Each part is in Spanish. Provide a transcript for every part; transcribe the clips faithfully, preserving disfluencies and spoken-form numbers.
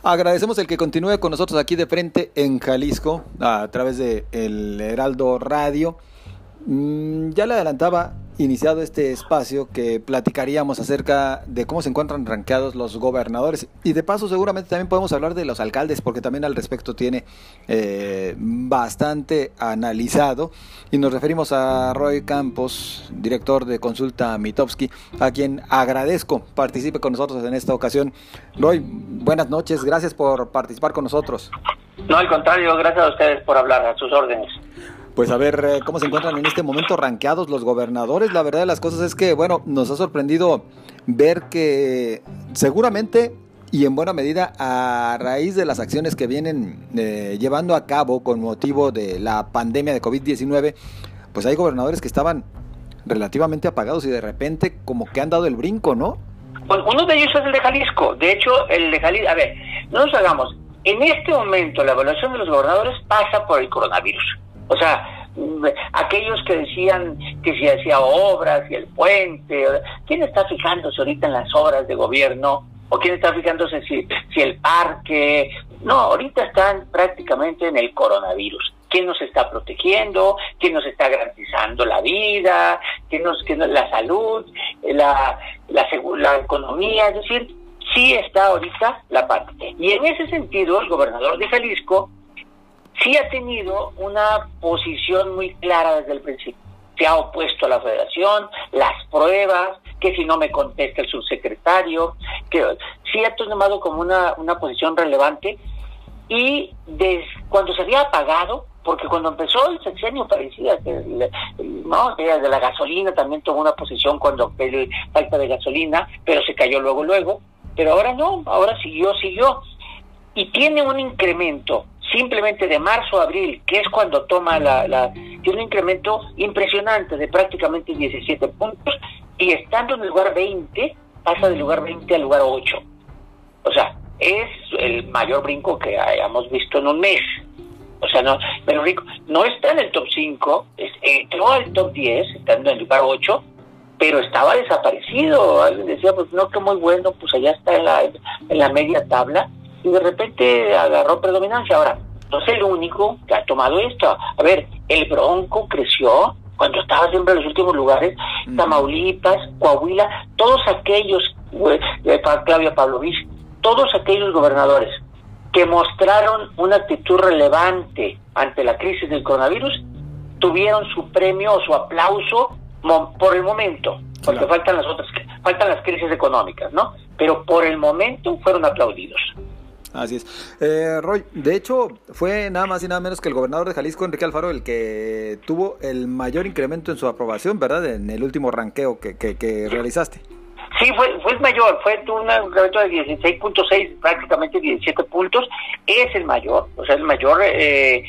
Agradecemos el que continúe con nosotros aquí de frente en Jalisco, a través de el Heraldo Radio. Mm, ya le adelantaba, iniciado este espacio, que platicaríamos acerca de cómo se encuentran rankeados los gobernadores. Y de paso seguramente también podemos hablar de los alcaldes, porque también al respecto tiene eh, bastante analizado. Y nos referimos a Roy Campos, director de Consulta Mitofsky, a quien agradezco participe con nosotros en esta ocasión. Roy, buenas noches, gracias por participar con nosotros. No, al contrario, gracias a ustedes por hablar, a sus órdenes. Pues a ver, ¿cómo se encuentran en este momento rankeados los gobernadores? La verdad de las cosas es que, bueno, nos ha sorprendido ver que seguramente y en buena medida a raíz de las acciones que vienen eh, llevando a cabo con motivo de la pandemia de COVID diecinueve, pues hay gobernadores que estaban relativamente apagados y de repente como que han dado el brinco, ¿no? Pues uno de ellos es el de Jalisco. De hecho, el de Jalisco, a ver, no nos hagamos, en este momento la evaluación de los gobernadores pasa por el coronavirus. O sea, aquellos que decían que si hacía obras y el puente, ¿quién está fijándose ahorita en las obras de gobierno? ¿O quién está fijándose si, si el parque? No, ahorita están prácticamente en el coronavirus. ¿Quién nos está protegiendo? ¿Quién nos está garantizando la vida? ¿Quién nos, quién nos, la salud? La, la, la economía, es decir, sí está ahorita la parte. Y en ese sentido, el gobernador de Jalisco sí ha tenido una posición muy clara desde el principio. Se ha opuesto a la federación, las pruebas, que si no me contesta el subsecretario, que sí ha tomado como una, una posición relevante. Y des, cuando se había apagado, porque cuando empezó el sexenio parecía que el, el, no, de la gasolina también tomó una posición cuando el falta de gasolina, pero se cayó luego, luego. Pero ahora no, ahora siguió, siguió. Y tiene un incremento simplemente de marzo a abril, que es cuando toma la, la... tiene un incremento impresionante de prácticamente diecisiete puntos, y estando en el lugar veinte, pasa del lugar veinte al lugar ocho. O sea, es el mayor brinco que hayamos visto en un mes. O sea, no, pero rico, no está en el top cinco, es, entró al top diez, estando en el lugar ocho, pero estaba desaparecido. Alguien decía, pues no, que muy bueno, pues allá está en la, en la media tabla, y de repente agarró predominancia. Ahora, no es el único que ha tomado esto. A ver, el Bronco creció cuando estaba siempre en los últimos lugares, Tamaulipas, Coahuila, todos aquellos, eh, Claudia Pavlovich, todos aquellos gobernadores que mostraron una actitud relevante ante la crisis del coronavirus, tuvieron su premio o su aplauso por el momento, porque claro, faltan las otras, faltan las crisis económicas, ¿no? Pero por el momento fueron aplaudidos. Así es. Eh, Roy, de hecho, fue nada más y nada menos que el gobernador de Jalisco, Enrique Alfaro, el que tuvo el mayor incremento en su aprobación, ¿verdad? En el último ranqueo que, que, que realizaste. Sí, fue, fue el mayor, fue un incremento de dieciséis punto seis, prácticamente diecisiete puntos, es el mayor, o sea, el mayor, eh,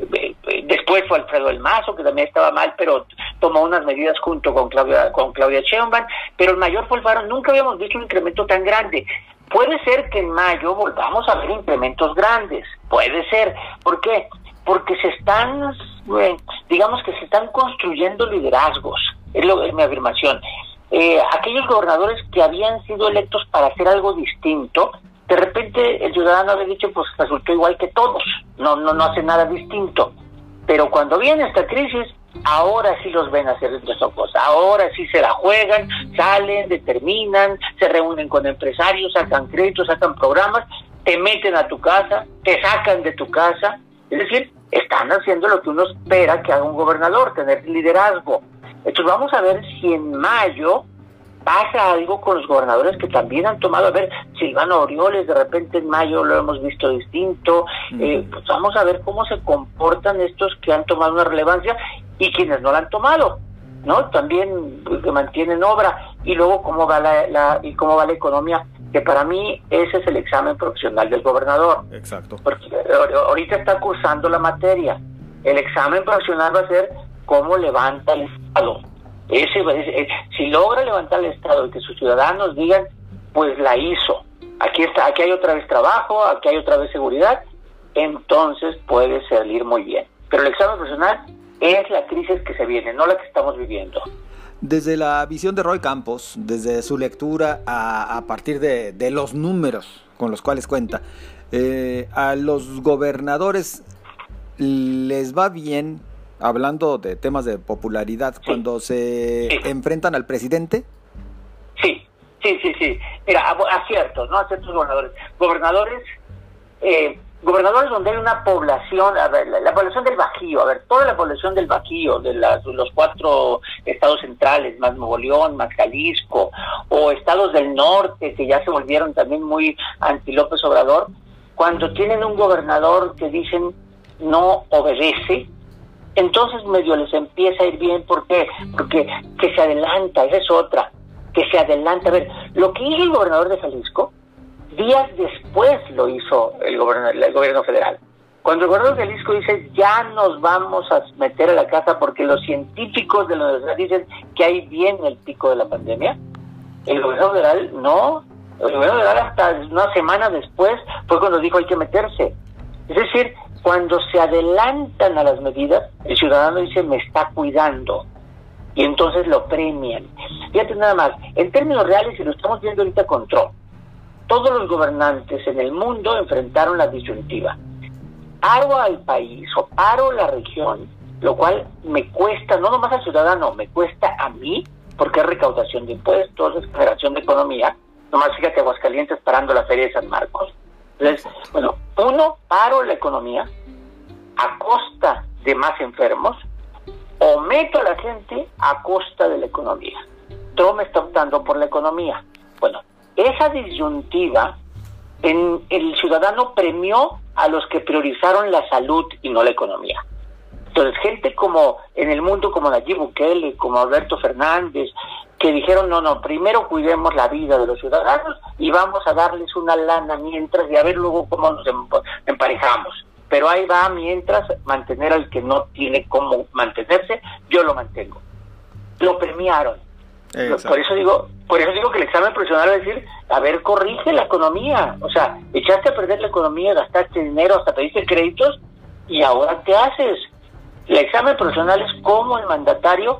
después fue Alfredo del Mazo, que también estaba mal, pero tomó unas medidas junto con Claudia, con Claudia Sheinbaum, pero el mayor fue Alfaro. Nunca habíamos visto un incremento tan grande. Puede ser que en mayo volvamos a ver incrementos grandes, puede ser. ¿Por qué? Porque se están, eh, digamos que se están construyendo liderazgos, es, lo, es mi afirmación. Eh, aquellos gobernadores que habían sido electos para hacer algo distinto, de repente el ciudadano había dicho, pues resultó igual que todos, no, no, no hace nada distinto. Pero cuando viene esta crisis, ahora sí los ven hacer esta cosa, ahora sí se la juegan, salen, determinan, se reúnen con empresarios, sacan créditos, sacan programas, te meten a tu casa, te sacan de tu casa. Es decir, están haciendo lo que uno espera que haga un gobernador, tener liderazgo. Entonces vamos a ver si en mayo pasa algo con los gobernadores que también han tomado. A ver, Silvano Aureoles, de repente en mayo lo hemos visto distinto. Uh-huh. eh, pues vamos a ver cómo se comportan estos que han tomado una relevancia y quienes no la han tomado, ¿no? También que mantienen obra, y luego cómo va la, la y cómo va la economía, que para mí ese es el examen profesional del gobernador. Exacto. Porque ahorita está cursando la materia. El examen profesional va a ser cómo levanta el Estado. Ese, ese, si logra levantar el Estado y que sus ciudadanos digan, pues la hizo. Aquí está, aquí hay otra vez trabajo, aquí hay otra vez seguridad, entonces puede salir muy bien. Pero el examen profesional es la crisis que se viene, no la que estamos viviendo. Desde la visión de Roy Campos, desde su lectura a, a partir de, de los números con los cuales cuenta, Eh, a los gobernadores les va bien, hablando de temas de popularidad, sí, cuando se sí. enfrentan al presidente. Sí, sí, sí, sí. Mira, aciertos, ¿no? Aciertos gobernadores. Gobernadores, eh, gobernadores donde hay una población, a ver, la, la población del Bajío, a ver, toda la población del Bajío, de las, los cuatro estados centrales, más Nuevo León, más Jalisco, o estados del norte que ya se volvieron también muy anti López Obrador, cuando tienen un gobernador que dicen no obedece, entonces medio les empieza a ir bien. ¿Por qué? Porque que se adelanta, esa es otra, que se adelanta. A ver, lo que hizo el gobernador de Jalisco, días después lo hizo el gobierno, el gobierno federal. Cuando el gobernador de Jalisco dice, ya nos vamos a meter a la casa porque los científicos de la universidad dicen que ahí viene el pico de la pandemia, el gobierno federal no, el gobierno federal hasta una semana después fue cuando dijo hay que meterse. Es decir, cuando se adelantan a las medidas, el ciudadano dice, me está cuidando, y entonces lo premian. Fíjate nada más, en términos reales, y lo estamos viendo ahorita con Trump, todos los gobernantes en el mundo enfrentaron la disyuntiva. Paro al país o paro la región, lo cual me cuesta, no nomás al ciudadano, me cuesta a mí, porque es recaudación de impuestos, es generación de economía. Nomás fíjate, Aguascalientes parando la Feria de San Marcos. Entonces, bueno, uno, paro la economía a costa de más enfermos, o meto a la gente a costa de la economía. Trump está optando por la economía. Bueno, esa disyuntiva, en, el ciudadano premió a los que priorizaron la salud y no la economía. Entonces, gente como en el mundo, como Nayib Bukele, como Alberto Fernández, que dijeron, no, no, primero cuidemos la vida de los ciudadanos y vamos a darles una lana mientras, y a ver luego cómo nos emparejamos. Pero ahí va, mientras, mantener al que no tiene cómo mantenerse, yo lo mantengo. Lo premiaron. Exacto. Por eso digo, por eso digo que el examen profesional va a decir, a ver, corrige la economía. O sea, echaste a perder la economía, gastaste dinero, hasta pediste créditos, y ahora ¿qué haces? El examen profesional es cómo el mandatario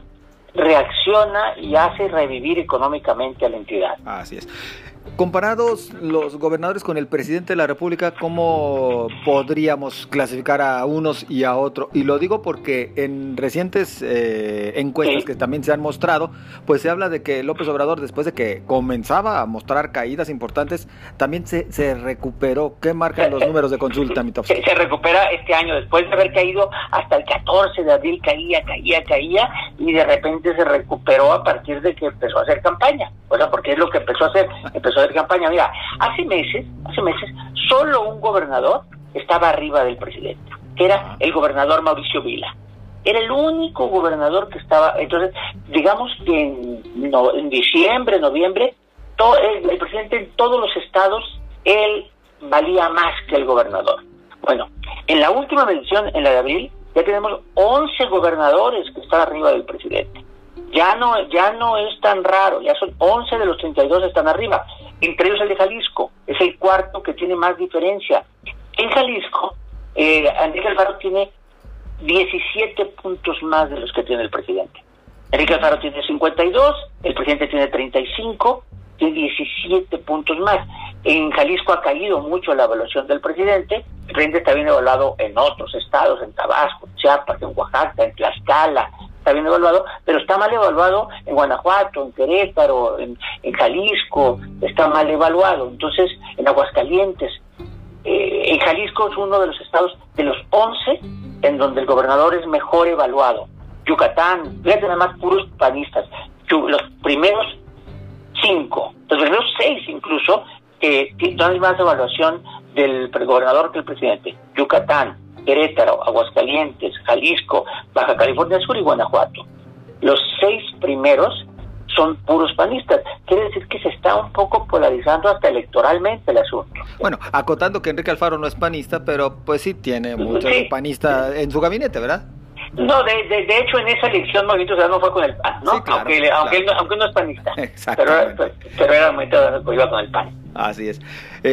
reacciona y hace revivir económicamente a la entidad. Así es. Comparados los gobernadores con el presidente de la República, ¿cómo podríamos clasificar a unos y a otros? Y lo digo porque en recientes eh, encuestas sí. que también se han mostrado, pues se habla de que López Obrador, después de que comenzaba a mostrar caídas importantes, también se, se recuperó. ¿Qué marcan los números de consulta, Mitofsky? Se, se recupera este año, después de haber caído hasta el catorce de abril, caía, caía, caía, y de repente se recuperó a partir de que empezó a hacer campaña. O sea, porque es lo que empezó a hacer, empezó a hacer campaña. Mira, hace meses, hace meses, solo un gobernador estaba arriba del presidente, que era el gobernador Mauricio Vila. Era el único gobernador que estaba. Entonces, digamos que en, no, en diciembre, noviembre, todo, el, el presidente en todos los estados, él valía más que el gobernador. Bueno, en la última medición, en la de abril, ya tenemos once gobernadores que están arriba del presidente. Ya no, ya no es tan raro, ya son once de los treinta y dos están arriba, entre ellos el de Jalisco, es el cuarto que tiene más diferencia. En Jalisco, eh, Enrique Alfaro tiene diecisiete puntos más de los que tiene el presidente. Enrique Alfaro tiene cincuenta y dos, el presidente tiene treinta y cinco, tiene diecisiete puntos más. En Jalisco ha caído mucho la evaluación del presidente, el presidente está bien evaluado en otros estados, en Tabasco, en Chiapas, en Oaxaca, en Tlaxcala, está bien evaluado, pero está mal evaluado en Guanajuato, en Querétaro, en, en Jalisco, está mal evaluado. Entonces, en Aguascalientes, eh, en Jalisco es uno de los estados de los once en donde el gobernador es mejor evaluado. Yucatán, fíjate nada más, puros panistas. Los primeros cinco, los primeros seis incluso, que tienen más evaluación del gobernador que el presidente. Yucatán, Querétaro, Aguascalientes, Jalisco, Baja California Sur y Guanajuato. Los seis primeros son puros panistas. Quiere decir que se está un poco polarizando hasta electoralmente el asunto. Bueno, acotando que Enrique Alfaro no es panista, pero pues sí tiene muchos sí. panistas en su gabinete, ¿verdad? No, de, de, de hecho en esa elección Movimiento Ciudadano fue con el P A N, ¿no? Sí, claro, aunque, claro. Aunque, él, aunque él no es panista. Exactamente. Pero, pero era Movimiento Ciudadano que iba con el P A N. Así es.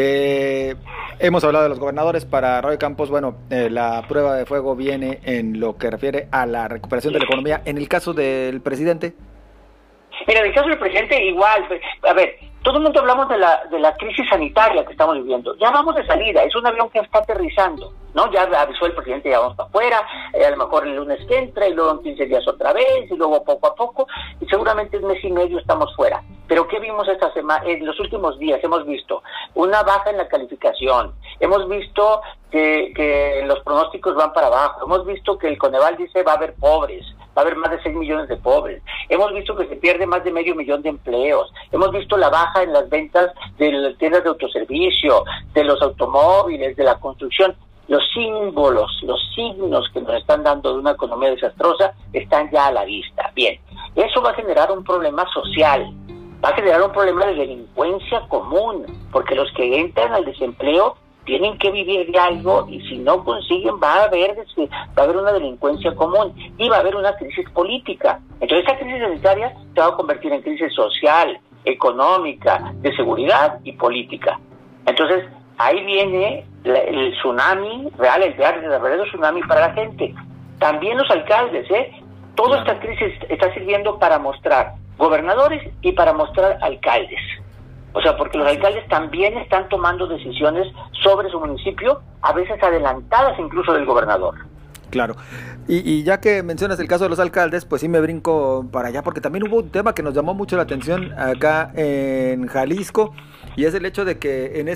Eh, hemos hablado de los gobernadores. Para Roy Campos, bueno, eh, la prueba de fuego viene en lo que refiere a la recuperación de la economía. En el caso del presidente. Mira, en el caso del presidente igual. A ver, todo el mundo hablamos de la de la crisis sanitaria que estamos viviendo. Ya vamos de salida, es un avión que está aterrizando, ¿no? Ya avisó el presidente, ya vamos para afuera, eh, a lo mejor el lunes que entra, y luego en quince días otra vez, y luego poco a poco, y seguramente en mes y medio estamos fuera. Pero ¿qué vimos esta semana? En los últimos días hemos visto una baja en la calificación, hemos visto que, que los pronósticos van para abajo, hemos visto que el Coneval dice va a haber pobres, va a haber más de seis millones de pobres, hemos visto que se pierde más de medio millón de empleos, hemos visto la baja en las ventas de las tiendas de autoservicio, de los automóviles, de la construcción. Los símbolos, los signos que nos están dando de una economía desastrosa están ya a la vista. Bien, eso va a generar un problema social, va a generar un problema de delincuencia común, porque los que entran al desempleo tienen que vivir de algo, y si no consiguen va a haber va a haber una delincuencia común y va a haber una crisis política. Entonces esta crisis sanitaria se va a convertir en crisis social, económica, de seguridad y política. Entonces ahí viene la, el tsunami real, el verdadero tsunami para la gente. También los alcaldes, ¿eh? Toda esta crisis está sirviendo para mostrar gobernadores y para mostrar alcaldes. O sea, porque los alcaldes también están tomando decisiones sobre su municipio, a veces adelantadas incluso del gobernador. Claro. Y, y ya que mencionas el caso de los alcaldes, pues sí me brinco para allá, porque también hubo un tema que nos llamó mucho la atención acá en Jalisco, y es el hecho de que en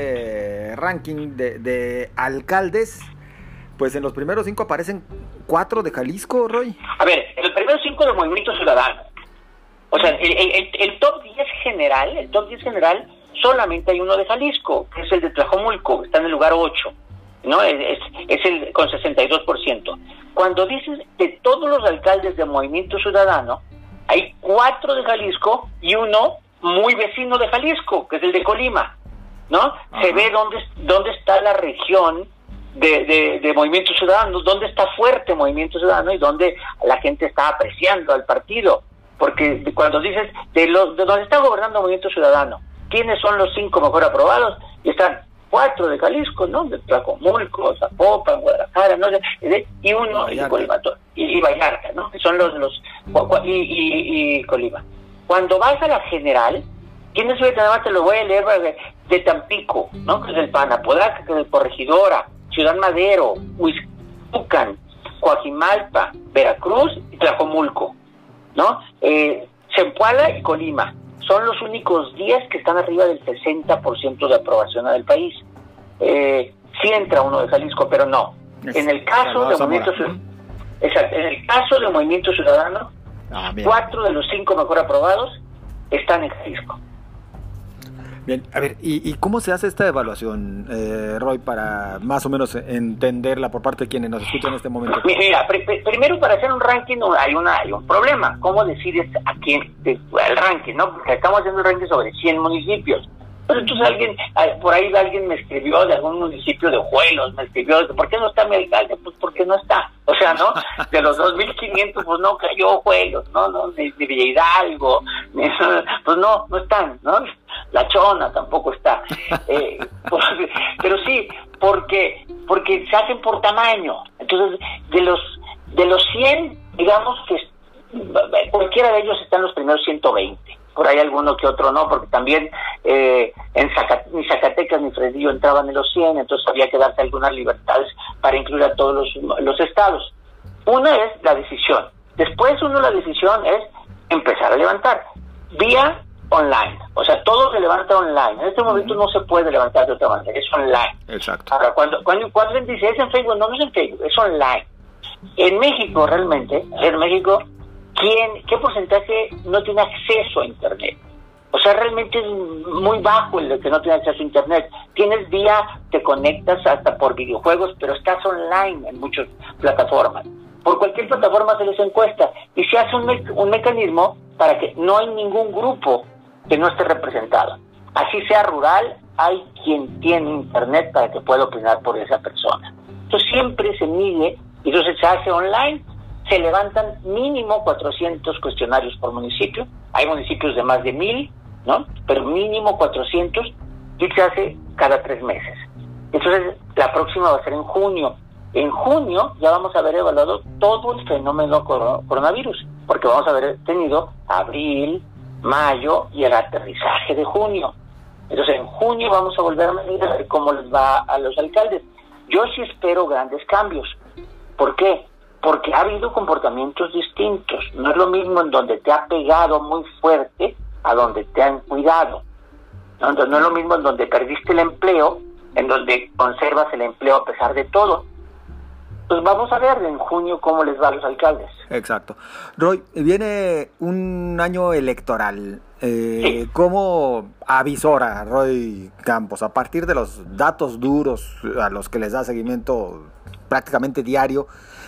este ranking de, de alcaldes, pues en los primeros cinco aparecen cuatro de Jalisco, Roy. A ver, en los primeros cinco del Movimiento Ciudadano. O sea, el, el, el top diez general, el top diez general, solamente hay uno de Jalisco, que es el de Tlajomulco, que está en el lugar ocho, ¿no? Es, es el con sesenta y dos por ciento. Cuando dices de todos los alcaldes del Movimiento Ciudadano, hay cuatro de Jalisco y uno muy vecino de Jalisco, que es el de Colima, ¿no? Ajá. Se ve dónde, dónde está la región de, de, de Movimiento Ciudadano, dónde está fuerte Movimiento Ciudadano y dónde la gente está apreciando al partido. Porque cuando dices de, lo, de donde está gobernando Movimiento Ciudadano, ¿quiénes son los cinco mejor aprobados? Y están cuatro de Jalisco, ¿no? De Tlajomulco, Zapopan, Guadalajara, ¿no? Y uno, y, Colima, y, y Vallarta, ¿no? Que son los, los y, y, y Colima. Cuando vas a la general, ¿quiénes son? Nada más te lo voy a leer de, de Tampico, ¿no? Que es el Panapodaca, que es el Corregidora, Ciudad Madero, Huixcucan, Coajimalpa, Veracruz y Tlajomulco, ¿no? Eh, Zempoala y Colima son los únicos diez que están arriba del sesenta por ciento de aprobación del país. Eh, sí entra uno de Jalisco, pero no. Es, en el caso de Movimiento Ciudadano, exacto, en el caso de Movimiento Ciudadano, ah, cuatro de los cinco mejor aprobados están en Jalisco. Bien, a ver, ¿y, y cómo se hace esta evaluación, eh, Roy, para más o menos entenderla por parte de quienes nos escuchan en este momento? Mira, pr pr primero para hacer un ranking hay, una, hay un problema. ¿Cómo decides a quién te, el ranking, no? Porque estamos haciendo un ranking sobre cien municipios. Pero entonces alguien, por ahí alguien me escribió de algún municipio de Ojuelos, me escribió, ¿por qué no está mi alcalde? Pues porque no está. O sea, ¿no? De los dos mil quinientos, pues no cayó Ojuelos, ¿no? no ni, ni Villa Hidalgo, ni, pues no, no están, ¿no? La Chona tampoco está. Eh, pues, pero sí, porque porque se hacen por tamaño. Entonces, de los de los cien, digamos que cualquiera de ellos está en los primeros ciento veinte. Por ahí alguno que otro no, porque también eh, en Zacate ni Zacatecas ni Fresnillo entraban en los cien, entonces había que darse algunas libertades para incluir a todos los, los estados. Una es la decisión. Después uno la decisión es empezar a levantar vía online. O sea, todo se levanta online. En este momento no se puede levantar de otra manera, es online. Exacto. Ahora, cuando, cuando, cuando alguien dice, es en Facebook, no, no es en Facebook, es online. En México, realmente, en México, ¿quién, qué porcentaje no tiene acceso a Internet? O sea, realmente es muy bajo el de que no tiene acceso a Internet. Tienes vía, te conectas hasta por videojuegos, pero estás online en muchas plataformas. Por cualquier plataforma se les encuesta y se hace un, me un mecanismo para que no hay ningún grupo que no esté representado. Así sea rural, hay quien tiene Internet para que pueda opinar por esa persona. Entonces siempre se mide, y entonces se hace online. Se levantan mínimo cuatrocientos cuestionarios por municipio. Hay municipios de más de mil, ¿no? Pero mínimo cuatrocientos, y se hace cada tres meses. Entonces, la próxima va a ser en junio. En junio ya vamos a haber evaluado todo el fenómeno coronavirus, porque vamos a haber tenido abril, mayo y el aterrizaje de junio. Entonces en junio vamos a volver a medir a ver cómo les va a los alcaldes. Yo sí espero grandes cambios. ¿Por qué? Porque ha habido comportamientos distintos. No es lo mismo en donde te ha pegado muy fuerte a donde te han cuidado. No, Entonces, no es lo mismo en donde perdiste el empleo, en donde conservas el empleo a pesar de todo. Pues vamos a ver en junio cómo les va a los alcaldes. Exacto. Roy, viene un año electoral. Eh, Sí. ¿Cómo avisora Roy Campos, a partir de los datos duros a los que les da seguimiento prácticamente diario,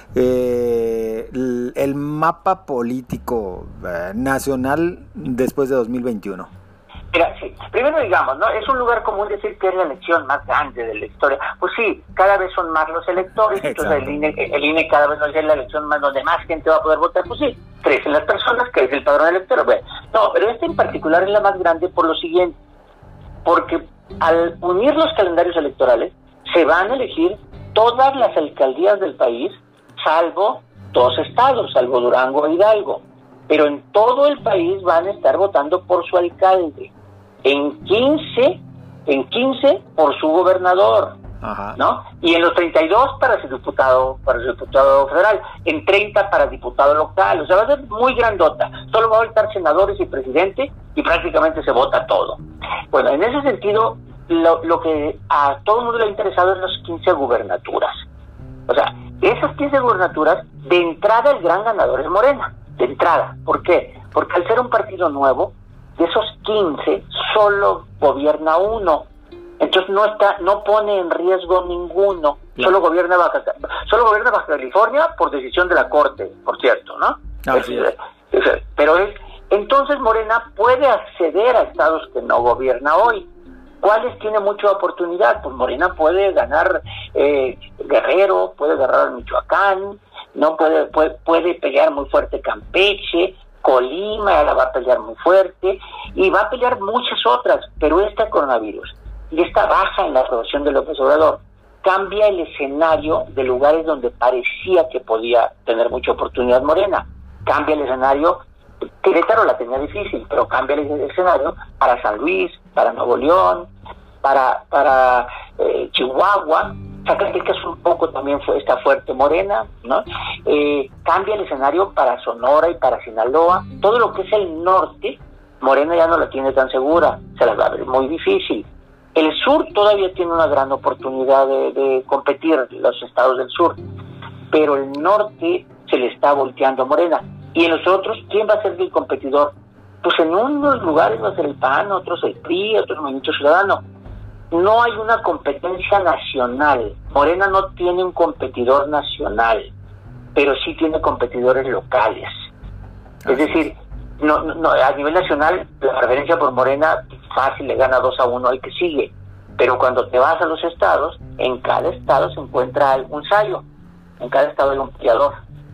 eh, el, el mapa político eh, nacional después de dos mil veintiuno? Mira, sí, primero digamos, ¿no? Es un lugar común decir que es la elección más grande de la historia. Pues sí, cada vez son más los electores, entonces el I N E, el I N E cada vez nos dice la elección más donde más gente va a poder votar. Pues sí, crecen las personas, crece el padrón electoral. Bueno, no, pero esta en particular es la más grande por lo siguiente, porque al unir los calendarios electorales se van a elegir todas las alcaldías del país, salvo dos estados, salvo Durango e Hidalgo. Pero en todo el país van a estar votando por su alcalde. En quince, en quince por su gobernador, Ajá. ¿no? Y en los treinta y dos para su diputado, para su diputado federal, en treinta para diputado local. O sea, va a ser muy grandota. Solo va a votar senadores y presidente y prácticamente se vota todo. Bueno, en ese sentido, lo, lo que a todo el mundo le ha interesado es las quince gubernaturas. O sea, esas quince gubernaturas, de entrada el gran ganador es Morena. De entrada. ¿Por qué? Porque al ser un partido nuevo, de esos quince, solo gobierna uno. Entonces no está, no pone en riesgo ninguno. Claro. Solo gobierna Baja, solo gobierna Baja California por decisión de la Corte, por cierto, ¿no? Así es. Es, es, pero es, entonces Morena puede acceder a estados que no gobierna hoy. ¿Cuáles tiene mucha oportunidad? Pues Morena puede ganar eh, Guerrero, puede ganar Michoacán, no puede, puede puede pelear muy fuerte Campeche, Colima la va a pelear muy fuerte y va a pelear muchas otras, pero esta coronavirus y esta baja en la aprobación de López Obrador cambia el escenario de lugares donde parecía que podía tener mucha oportunidad Morena. Cambia el escenario. Querétaro la tenía difícil, pero cambia el escenario para San Luis, para Nuevo León, para para eh, Chihuahua. Zacatecas un poco también fue, está fuerte Morena, ¿no? Eh, cambia el escenario para Sonora y para Sinaloa. Todo lo que es el norte, Morena ya no la tiene tan segura, se la va a ver muy difícil. El sur todavía tiene una gran oportunidad de, de competir, los estados del sur, pero el norte se le está volteando a Morena. Y en los otros, ¿quién va a ser el competidor? Pues en unos lugares va a ser el P A N, otros el P R I, otros Movimiento Ciudadano. No hay una competencia nacional. Morena no tiene un competidor nacional, pero sí tiene competidores locales. Así es decir, no, no, a nivel nacional, la preferencia por Morena fácil le gana dos a uno al que sigue. Pero cuando te vas a los estados, en cada estado se encuentra algún sayo. En cada estado hay un peleador.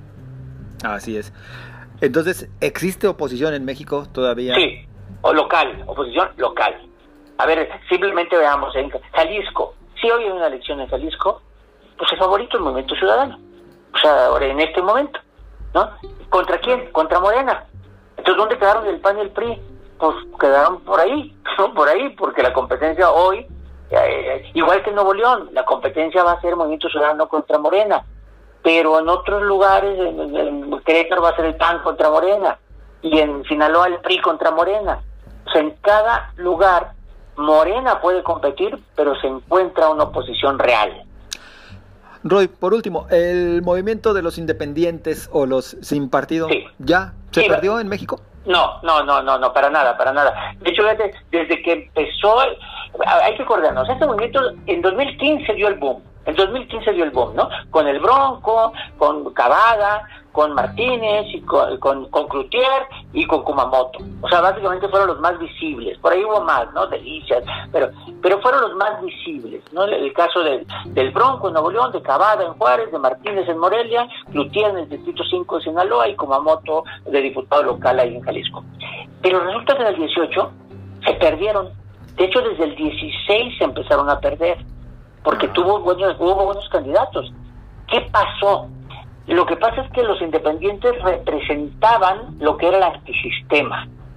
Así es. Entonces, ¿existe oposición en México todavía? Sí, o local, oposición local. A ver, simplemente veamos, en Jalisco, si hoy hay una elección en Jalisco, pues el favorito es el Movimiento Ciudadano. O sea, ahora en este momento, ¿no? ¿Contra quién? Contra Morena. Entonces, ¿dónde quedaron el P A N y el P R I? Pues quedaron por ahí, ¿no? Por ahí, porque la competencia hoy, eh, igual que en Nuevo León, la competencia va a ser Movimiento Ciudadano contra Morena. Pero en otros lugares, en, en Querétaro va a ser el P A N contra Morena, y en Sinaloa el P R I contra Morena. O sea, en cada lugar Morena puede competir, pero se encuentra una oposición real. Roy, por último, ¿el movimiento de los independientes o los sin partido Sí. ya se Sí, perdió en México? No, no, no, no, no, para nada, para nada. De hecho, desde, desde que empezó, hay que acordarnos, este movimiento en dos mil quince dio el boom. En dos mil quince dio el boom, ¿no? Con el Bronco, con Cavada, con Martínez, y con, con, con Cloutier y con Kumamoto. O sea, básicamente fueron los más visibles. Por ahí hubo más, ¿no? Delicias, pero pero fueron los más visibles, ¿no? El, el caso del, del Bronco en Nuevo León, de Cavada en Juárez, de Martínez en Morelia, Cloutier en el Distrito cinco de Sinaloa y Kumamoto de diputado local ahí en Jalisco. Pero resulta que en el dieciocho se perdieron. De hecho, desde el dieciséis se empezaron a perder, porque tuvo buenos, hubo buenos candidatos. ¿Qué pasó? Lo que pasa es que los independientes representaban lo que era el antisistema.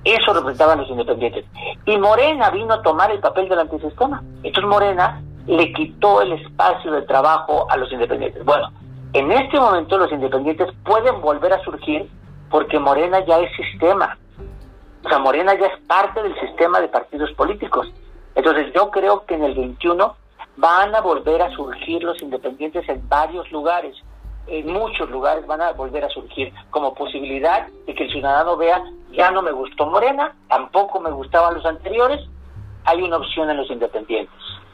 Eso representaban los independientes. Y Morena vino a tomar el papel del antisistema. Entonces Morena le quitó el espacio de trabajo a los independientes. Bueno, en este momento los independientes pueden volver a surgir porque Morena ya es sistema. O sea, Morena ya es parte del sistema de partidos políticos. Entonces yo creo que en el veintiuno van a volver a surgir los independientes en varios lugares. En muchos lugares van a volver a surgir como posibilidad de que el ciudadano vea, ya no me gustó Morena, tampoco me gustaban los anteriores, hay una opción en los independientes.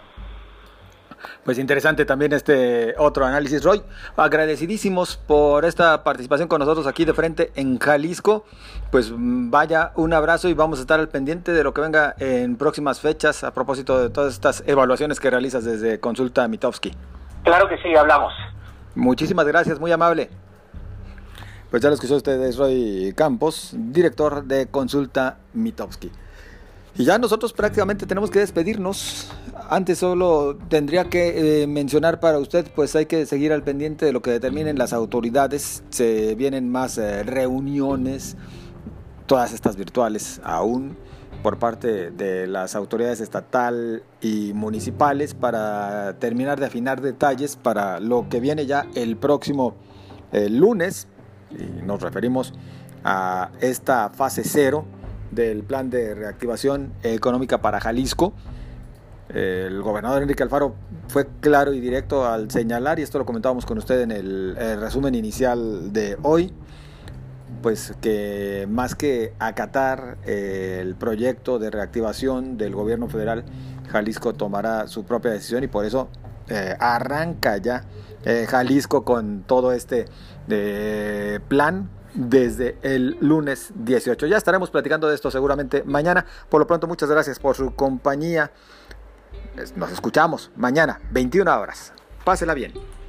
Pues interesante también este otro análisis, Roy. Agradecidísimos por esta participación con nosotros aquí de frente en Jalisco. Pues vaya, un abrazo y vamos a estar al pendiente de lo que venga en próximas fechas a propósito de todas estas evaluaciones que realizas desde Consulta Mitofsky. Claro que sí, hablamos. Muchísimas gracias, muy amable. Pues ya lo escuchó usted, es Roy Campos, director de Consulta Mitofsky. Y ya nosotros prácticamente tenemos que despedirnos. Antes solo tendría que eh, mencionar para usted, pues hay que seguir al pendiente de lo que determinen las autoridades. Se vienen más eh, reuniones, todas estas virtuales aún, por parte de las autoridades estatal y municipales para terminar de afinar detalles para lo que viene ya el próximo eh, lunes. Y nos referimos a esta fase cero del plan de reactivación económica para Jalisco. El gobernador Enrique Alfaro fue claro y directo al señalar, y esto lo comentábamos con usted en el, el resumen inicial de hoy, pues que más que acatar eh, el proyecto de reactivación del gobierno federal, Jalisco tomará su propia decisión y por eso eh, arranca ya eh, Jalisco con todo este eh, plan desde el lunes dieciocho. Ya estaremos platicando de esto seguramente mañana. Por lo pronto, muchas gracias por su compañía. Nos escuchamos mañana, veintiuna horas. Pásela bien.